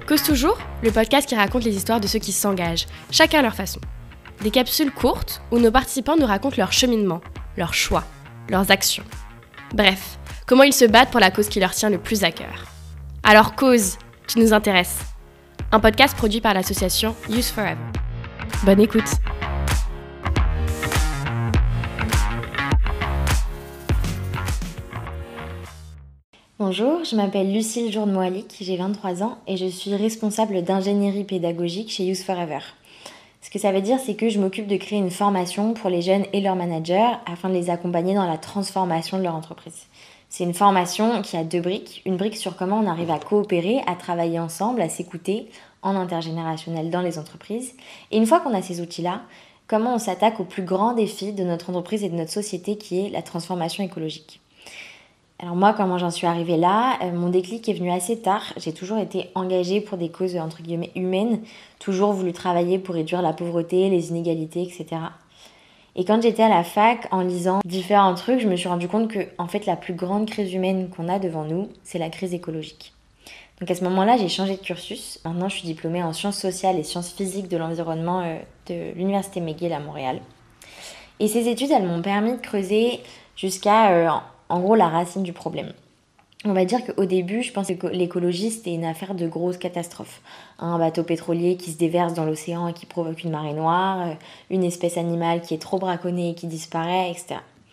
Cause toujours, le podcast qui raconte les histoires de ceux qui s'engagent, chacun à leur façon. Des capsules courtes où nos participants nous racontent leur cheminement, leurs choix, leurs actions. Bref, comment ils se battent pour la cause qui leur tient le plus à cœur. Alors Cause, tu nous intéresses. Un podcast produit par l'association Youth Forever. Bonne écoute. Bonjour, je m'appelle Lucille Journe-Moalik, j'ai 23 ans et je suis responsable d'ingénierie pédagogique chez Youth Forever. Ce que ça veut dire, c'est que je m'occupe de créer une formation pour les jeunes et leurs managers afin de les accompagner dans la transformation de leur entreprise. C'est une formation qui a 2 briques. Une brique sur comment on arrive à coopérer, à travailler ensemble, à s'écouter en intergénérationnel dans les entreprises. Et une fois qu'on a ces outils-là, comment on s'attaque au plus grand défi de notre entreprise et de notre société qui est la transformation écologique. Alors moi, comment j'en suis arrivée là, mon déclic est venu assez tard. J'ai toujours été engagée pour des causes entre guillemets humaines, toujours voulu travailler pour réduire la pauvreté, les inégalités, etc. Et quand j'étais à la fac, en lisant différents trucs, je me suis rendu compte que en fait, la plus grande crise humaine qu'on a devant nous, c'est la crise écologique. Donc à ce moment-là, j'ai changé de cursus. Maintenant, je suis diplômée en sciences sociales et sciences physiques de l'environnement de l'université McGill à Montréal. Et ces études, elles m'ont permis de creuser jusqu'à en gros la racine du problème. On va dire qu'au début, je pensais que l'écologie, c'était une affaire de grosses catastrophes. Un bateau pétrolier qui se déverse dans l'océan et qui provoque une marée noire, une espèce animale qui est trop braconnée et qui disparaît, etc.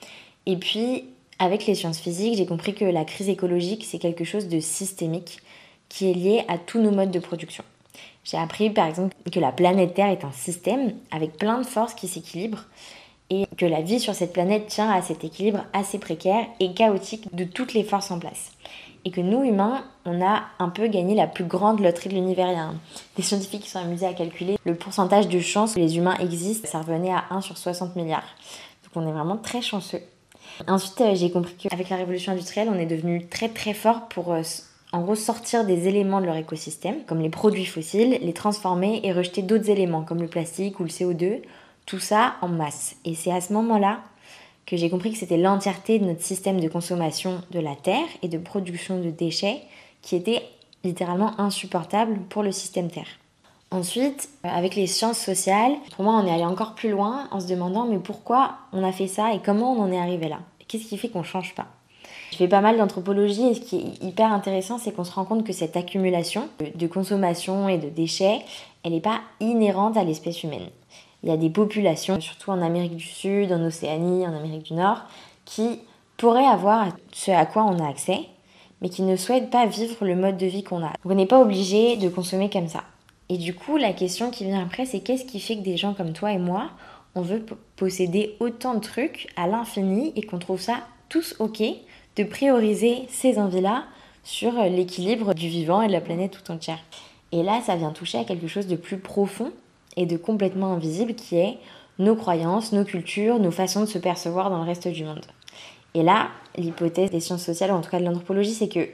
Et puis, avec les sciences physiques, j'ai compris que la crise écologique, c'est quelque chose de systémique qui est lié à tous nos modes de production. J'ai appris, par exemple, que la planète Terre est un système avec plein de forces qui s'équilibrent et que la vie sur cette planète tient à cet équilibre assez précaire et chaotique de toutes les forces en place. Et que nous, humains, on a un peu gagné la plus grande loterie de l'univers. Il y a des scientifiques qui sont amusés à calculer le pourcentage de chances que les humains existent. Ça revenait à 1 sur 60 milliards. Donc on est vraiment très chanceux. Ensuite, j'ai compris qu'avec la révolution industrielle, on est devenu très très fort pour en gros sortir des éléments de leur écosystème, comme les produits fossiles, les transformer et rejeter d'autres éléments, comme le plastique ou le CO2, tout ça en masse. Et c'est à ce moment-là que j'ai compris que c'était l'entièreté de notre système de consommation de la Terre et de production de déchets qui était littéralement insupportable pour le système Terre. Ensuite, avec les sciences sociales, pour moi on est allé encore plus loin en se demandant mais pourquoi on a fait ça et comment on en est arrivé là ? Qu'est-ce qui fait qu'on ne change pas ? Je fais pas mal d'anthropologie et ce qui est hyper intéressant, c'est qu'on se rend compte que cette accumulation de consommation et de déchets, elle n'est pas inhérente à l'espèce humaine. Il y a des populations, surtout en Amérique du Sud, en Océanie, en Amérique du Nord, qui pourraient avoir ce à quoi on a accès, mais qui ne souhaitent pas vivre le mode de vie qu'on a. Donc on n'est pas obligé de consommer comme ça. Et du coup, la question qui vient après, c'est qu'est-ce qui fait que des gens comme toi et moi, on veut posséder autant de trucs à l'infini et qu'on trouve ça tous ok de prioriser ces envies-là sur l'équilibre du vivant et de la planète tout entière. Et là, ça vient toucher à quelque chose de plus profond et de complètement invisible qui est nos croyances, nos cultures, nos façons de se percevoir dans le reste du monde. Et là, l'hypothèse des sciences sociales, ou en tout cas de l'anthropologie, c'est que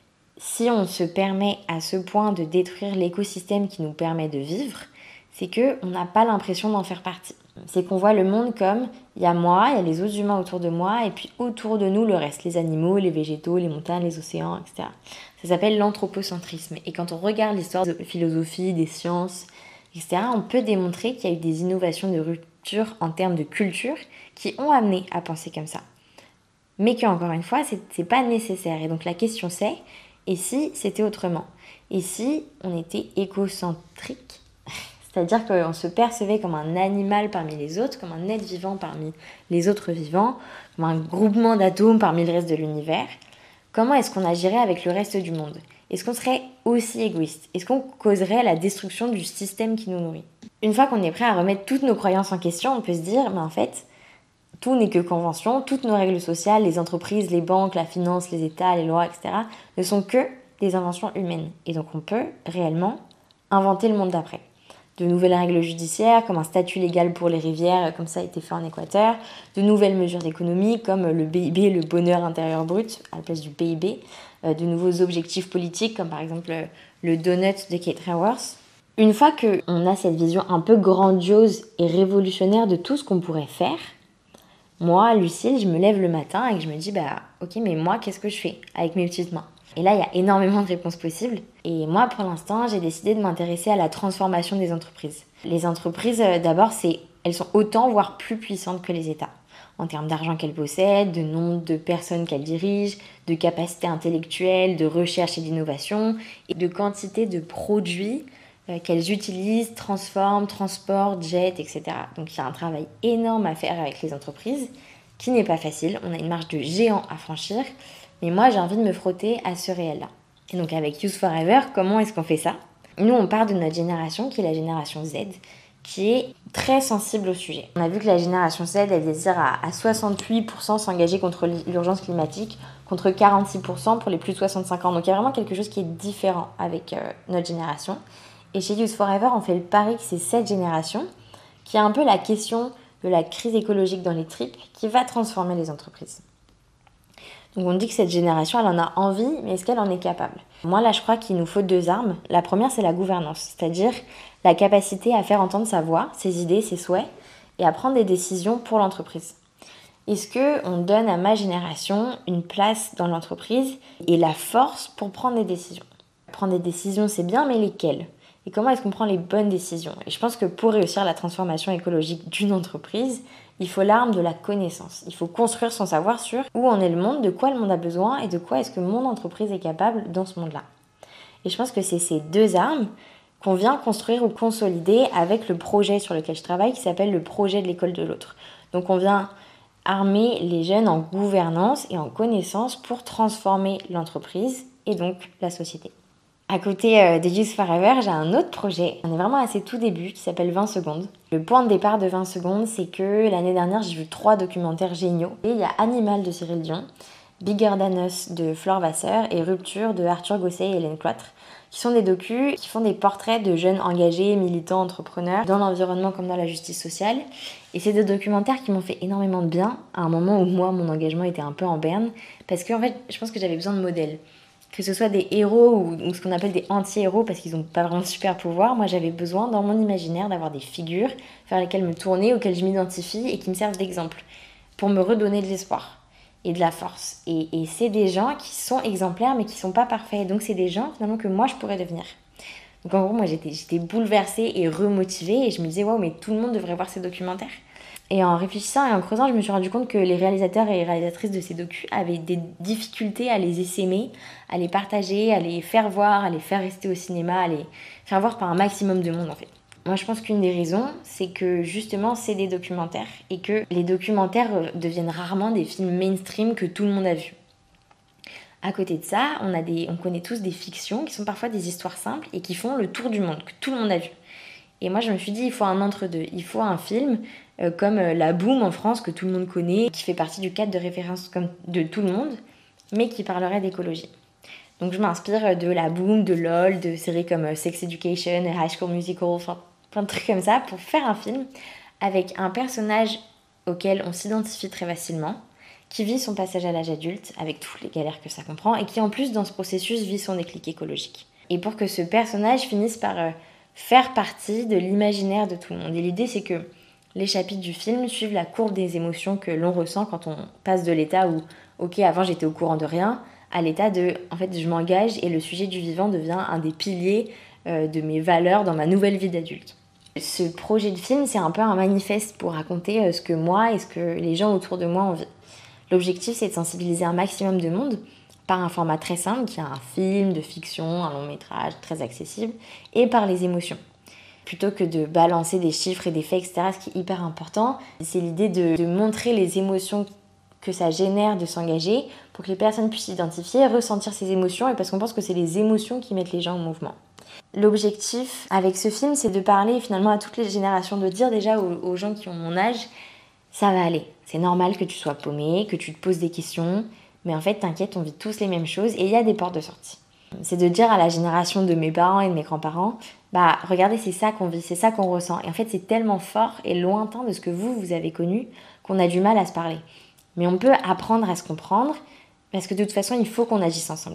si on se permet à ce point de détruire l'écosystème qui nous permet de vivre, c'est qu'on n'a pas l'impression d'en faire partie. C'est qu'on voit le monde comme il y a moi, il y a les autres humains autour de moi, et puis autour de nous le reste, les animaux, les végétaux, les montagnes, les océans, etc. Ça s'appelle l'anthropocentrisme. Et quand on regarde l'histoire de la philosophie, des sciences, etc., on peut démontrer qu'il y a eu des innovations de rupture en termes de culture qui ont amené à penser comme ça. Mais qu'encore une fois, c'est pas nécessaire. Et donc la question c'est, et si c'était autrement ? Et si on était écocentrique ? C'est-à-dire qu'on se percevait comme un animal parmi les autres, comme un être vivant parmi les autres vivants, comme un groupement d'atomes parmi le reste de l'univers. Comment est-ce qu'on agirait avec le reste du monde ? Est-ce qu'on serait aussi égoïste ? Est-ce qu'on causerait la destruction du système qui nous nourrit ? Une fois qu'on est prêt à remettre toutes nos croyances en question, on peut se dire, mais en fait, tout n'est que convention, toutes nos règles sociales, les entreprises, les banques, la finance, les États, les lois, etc., ne sont que des inventions humaines. Et donc on peut réellement inventer le monde d'après. De nouvelles règles judiciaires, comme un statut légal pour les rivières, comme ça a été fait en Équateur, de nouvelles mesures d'économie, comme le BIB, le bonheur intérieur brut, à la place du PIB, de nouveaux objectifs politiques, comme par exemple le donut de Kate Raworth. Une fois qu'on a cette vision un peu grandiose et révolutionnaire de tout ce qu'on pourrait faire, moi, Lucille, je me lève le matin et que je me dis, ok, mais moi, qu'est-ce que je fais avec mes petites mains ? Et là, il y a énormément de réponses possibles. Et moi, pour l'instant, j'ai décidé de m'intéresser à la transformation des entreprises. Les entreprises, d'abord, elles sont autant, voire plus puissantes que les États. En termes d'argent qu'elles possèdent, de nombre de personnes qu'elles dirigent, de capacité intellectuelle, de recherche et d'innovation, et de quantité de produits qu'elles utilisent, transforment, transportent, jettent, etc. Donc il y a un travail énorme à faire avec les entreprises, qui n'est pas facile. On a une marge de géant à franchir, mais moi j'ai envie de me frotter à ce réel-là. Et donc avec Youth Forever, comment est-ce qu'on fait ça ? Nous, on part de notre génération, qui est la génération Z, qui est très sensible au sujet. On a vu que la génération Z, elle désire à 68% s'engager contre l'urgence climatique, contre 46% pour les plus de 65 ans. Donc il y a vraiment quelque chose qui est différent avec notre génération. Et chez Youth Forever, on fait le pari que c'est cette génération qui a un peu la question de la crise écologique dans les tripes qui va transformer les entreprises. Donc on dit que cette génération, elle en a envie, mais est-ce qu'elle en est capable ? Moi là, je crois qu'il nous faut 2 armes. La première, c'est la gouvernance, c'est-à-dire la capacité à faire entendre sa voix, ses idées, ses souhaits, et à prendre des décisions pour l'entreprise. Est-ce qu'on donne à ma génération une place dans l'entreprise et la force pour prendre des décisions ? Prendre des décisions, c'est bien, mais lesquelles ? Et comment est-ce qu'on prend les bonnes décisions ? Et je pense que pour réussir la transformation écologique d'une entreprise, il faut l'arme de la connaissance. Il faut construire son savoir sur où en est le monde, de quoi le monde a besoin et de quoi est-ce que mon entreprise est capable dans ce monde-là. Et je pense que c'est ces 2 armes qu'on vient construire ou consolider avec le projet sur lequel je travaille qui s'appelle le projet de l'école de l'autre. Donc on vient armer les jeunes en gouvernance et en connaissance pour transformer l'entreprise et donc la société. À côté de Youth Forever, j'ai un autre projet. On est vraiment à ses tout débuts qui s'appelle 20 secondes. Le point de départ de 20 secondes, c'est que l'année dernière, j'ai vu 3 documentaires géniaux. Et il y a Animal de Cyril Dion, Bigger Than Us de Flore Vasseur et Rupture de Arthur Gosset et Hélène Cloître, qui sont des docus qui font des portraits de jeunes engagés, militants, entrepreneurs dans l'environnement comme dans la justice sociale. Et c'est des documentaires qui m'ont fait énormément de bien à un moment où moi, mon engagement était un peu en berne, parce que en fait, je pense que j'avais besoin de modèles. Que ce soit des héros ou ce qu'on appelle des anti-héros parce qu'ils n'ont pas vraiment de super pouvoir, moi j'avais besoin dans mon imaginaire d'avoir des figures vers lesquelles me tourner, auxquelles je m'identifie et qui me servent d'exemple pour me redonner de l'espoir et de la force. Et c'est des gens qui sont exemplaires mais qui ne sont pas parfaits. Donc c'est des gens finalement que moi je pourrais devenir. Donc en gros moi j'étais bouleversée et remotivée et je me disais waouh mais tout le monde devrait voir ces documentaires. Et en réfléchissant et en creusant, je me suis rendu compte que les réalisateurs et les réalisatrices de ces docus avaient des difficultés à les essaimer, à les partager, à les faire voir, à les faire rester au cinéma, à les faire voir par un maximum de monde en fait. Moi je pense qu'une des raisons, c'est que justement c'est des documentaires et que les documentaires deviennent rarement des films mainstream que tout le monde a vus. À côté de ça, on connaît tous des fictions qui sont parfois des histoires simples et qui font le tour du monde, que tout le monde a vu. Et moi je me suis dit il faut un entre-deux, il faut un film comme La Boum en France que tout le monde connaît, qui fait partie du cadre de référence de tout le monde, mais qui parlerait d'écologie. Donc je m'inspire de La Boum, de LOL, de séries comme Sex Education, High School Musical, enfin plein de trucs comme ça, pour faire un film avec un personnage auquel on s'identifie très facilement, qui vit son passage à l'âge adulte, avec toutes les galères que ça comprend, et qui en plus dans ce processus vit son déclic écologique. Et pour que ce personnage finisse par faire partie de l'imaginaire de tout le monde. Et l'idée c'est que les chapitres du film suivent la courbe des émotions que l'on ressent quand on passe de l'état où, ok, avant j'étais au courant de rien, à l'état de, en fait, je m'engage et le sujet du vivant devient un des piliers de mes valeurs dans ma nouvelle vie d'adulte. Ce projet de film, c'est un peu un manifeste pour raconter ce que moi et ce que les gens autour de moi ont vu. L'objectif, c'est de sensibiliser un maximum de monde par un format très simple, qui est un film de fiction, un long métrage très accessible, et par les émotions. Plutôt que de balancer des chiffres et des faits, etc., ce qui est hyper important, c'est l'idée de montrer les émotions que ça génère de s'engager pour que les personnes puissent s'identifier, ressentir ces émotions, et parce qu'on pense que c'est les émotions qui mettent les gens en mouvement. L'objectif avec ce film, c'est de parler finalement à toutes les générations, de dire déjà aux gens qui ont mon âge, ça va aller, c'est normal que tu sois paumé, que tu te poses des questions, mais en fait t'inquiète, on vit tous les mêmes choses et il y a des portes de sortie. C'est de dire à la génération de mes parents et de mes grands-parents, bah regardez, c'est ça qu'on vit, c'est ça qu'on ressent. Et en fait c'est tellement fort et lointain de ce que vous avez connu qu'on a du mal à se parler. Mais on peut apprendre à se comprendre parce que de toute façon il faut qu'on agisse ensemble.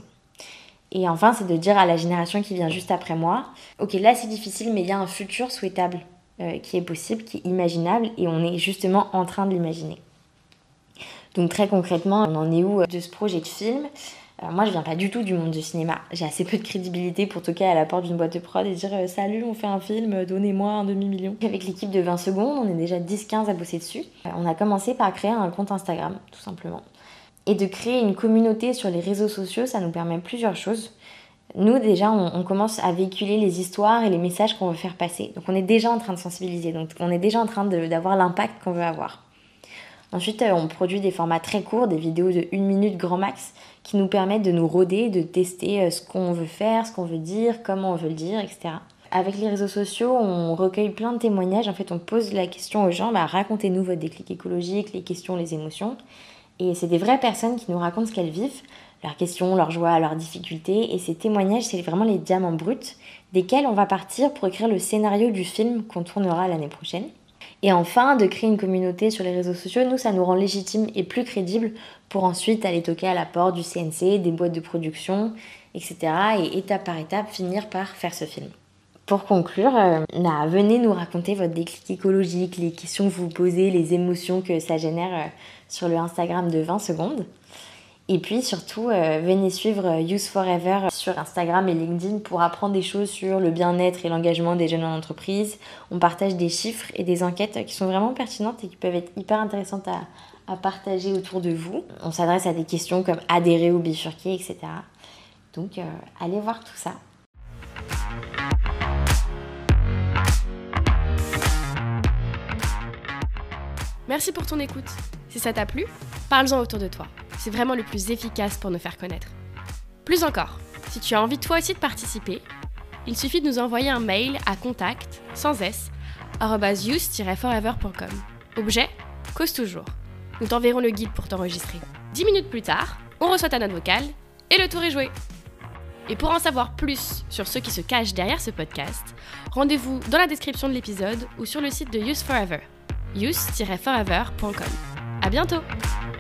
Et enfin c'est de dire à la génération qui vient juste après moi, ok là c'est difficile mais il y a un futur souhaitable qui est possible, qui est imaginable et on est justement en train de l'imaginer. Donc très concrètement, on en est où de ce projet de film ? Moi, je viens pas du tout du monde du cinéma. J'ai assez peu de crédibilité pour toquer à la porte d'une boîte de prod et dire « Salut, on fait un film, donnez-moi un demi-million ». Avec l'équipe de 20 secondes, on est déjà 10-15 à bosser dessus. On a commencé par créer un compte Instagram, tout simplement. Et de créer une communauté sur les réseaux sociaux, ça nous permet plusieurs choses. Nous, déjà, on commence à véhiculer les histoires et les messages qu'on veut faire passer. Donc, on est déjà en train de sensibiliser. Donc, on est déjà en train d'avoir l'impact qu'on veut avoir. Ensuite, on produit des formats très courts, des vidéos de 1 minute grand max, qui nous permettent de nous roder, de tester ce qu'on veut faire, ce qu'on veut dire, comment on veut le dire, etc. Avec les réseaux sociaux, on recueille plein de témoignages. En fait, on pose la question aux gens, racontez-nous votre déclic écologique, les questions, les émotions. Et c'est des vraies personnes qui nous racontent ce qu'elles vivent, leurs questions, leurs joies, leurs difficultés. Et ces témoignages, c'est vraiment les diamants bruts, desquels on va partir pour écrire le scénario du film qu'on tournera l'année prochaine. Et enfin, de créer une communauté sur les réseaux sociaux, nous, ça nous rend légitimes et plus crédibles pour ensuite aller toquer à la porte du CNC, des boîtes de production, etc. Et étape par étape, finir par faire ce film. Pour conclure, venez nous raconter votre déclic écologique, les questions que vous posez, les émotions que ça génère sur le Instagram de 20 secondes. Et puis surtout, venez suivre Youth Forever sur Instagram et LinkedIn pour apprendre des choses sur le bien-être et l'engagement des jeunes en entreprise. On partage des chiffres et des enquêtes qui sont vraiment pertinentes et qui peuvent être hyper intéressantes à partager autour de vous. On s'adresse à des questions comme adhérer ou bifurquer, etc. Donc, allez voir tout ça. Merci pour ton écoute. Si ça t'a plu, parle-en autour de toi. C'est vraiment le plus efficace pour nous faire connaître. Plus encore, si tu as envie toi aussi de participer, il suffit de nous envoyer un mail à contact, sans s, @youth-forever.com. Objet, cause toujours. Nous t'enverrons le guide pour t'enregistrer. 10 minutes plus tard, on reçoit ta note vocale et le tour est joué. Et pour en savoir plus sur ceux qui se cachent derrière ce podcast, rendez-vous dans la description de l'épisode ou sur le site de Youth Forever, youth-forever.com. À bientôt!